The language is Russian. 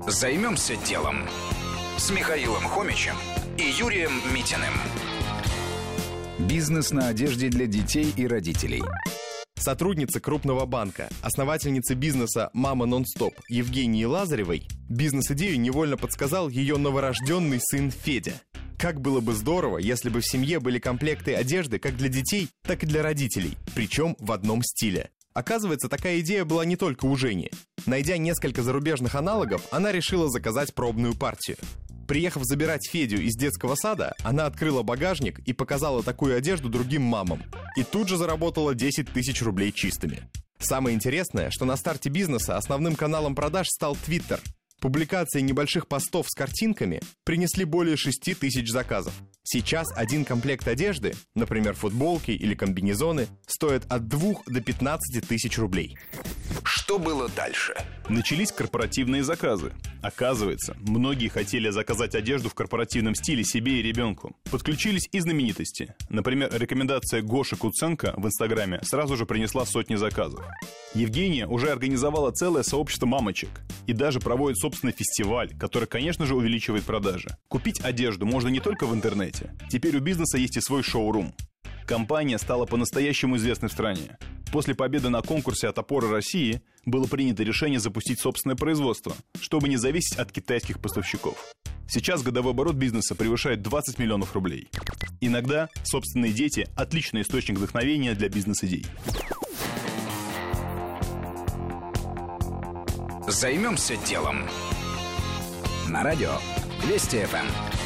Займемся делом с Михаилом Хомичем и Юрием Митиным. Бизнес на одежде для детей и родителей. Сотрудница крупного банка, основательницы бизнеса «Мама Нон-Стоп» Евгении Лазаревой бизнес-идею невольно подсказал ее новорожденный сын Федя. Как было бы здорово, если бы в семье были комплекты одежды как для детей, так и для родителей, причем в одном стиле. Оказывается, такая идея была не только у Жени. Найдя несколько зарубежных аналогов, она решила заказать пробную партию. Приехав забирать Федю из детского сада, она открыла багажник и показала такую одежду другим мамам. И тут же заработала 10 тысяч рублей чистыми. Самое интересное, что на старте бизнеса основным каналом продаж стал Twitter. Публикации небольших постов с картинками принесли более 6 тысяч заказов. Сейчас один комплект одежды, например, футболки или комбинезоны, стоит от 2 до 15 тысяч рублей. Что было дальше? Начались корпоративные заказы. Оказывается, многие хотели заказать одежду в корпоративном стиле себе и ребенку. Подключились и знаменитости. Например, рекомендация Гоши Куценко в Инстаграме сразу же принесла сотни заказов. Евгения уже организовала целое сообщество мамочек и даже проводит собственный фестиваль, который, конечно же, увеличивает продажи. Купить одежду можно не только в интернете. Теперь у бизнеса есть и свой шоурум. Компания стала по-настоящему известной в стране. После победы на конкурсе от «Опоры России» было принято решение запустить собственное производство, чтобы не зависеть от китайских поставщиков. Сейчас годовой оборот бизнеса превышает 20 миллионов рублей. Иногда собственные дети – отличный источник вдохновения для бизнес-идей. Займемся делом. На радио Вести ФМ.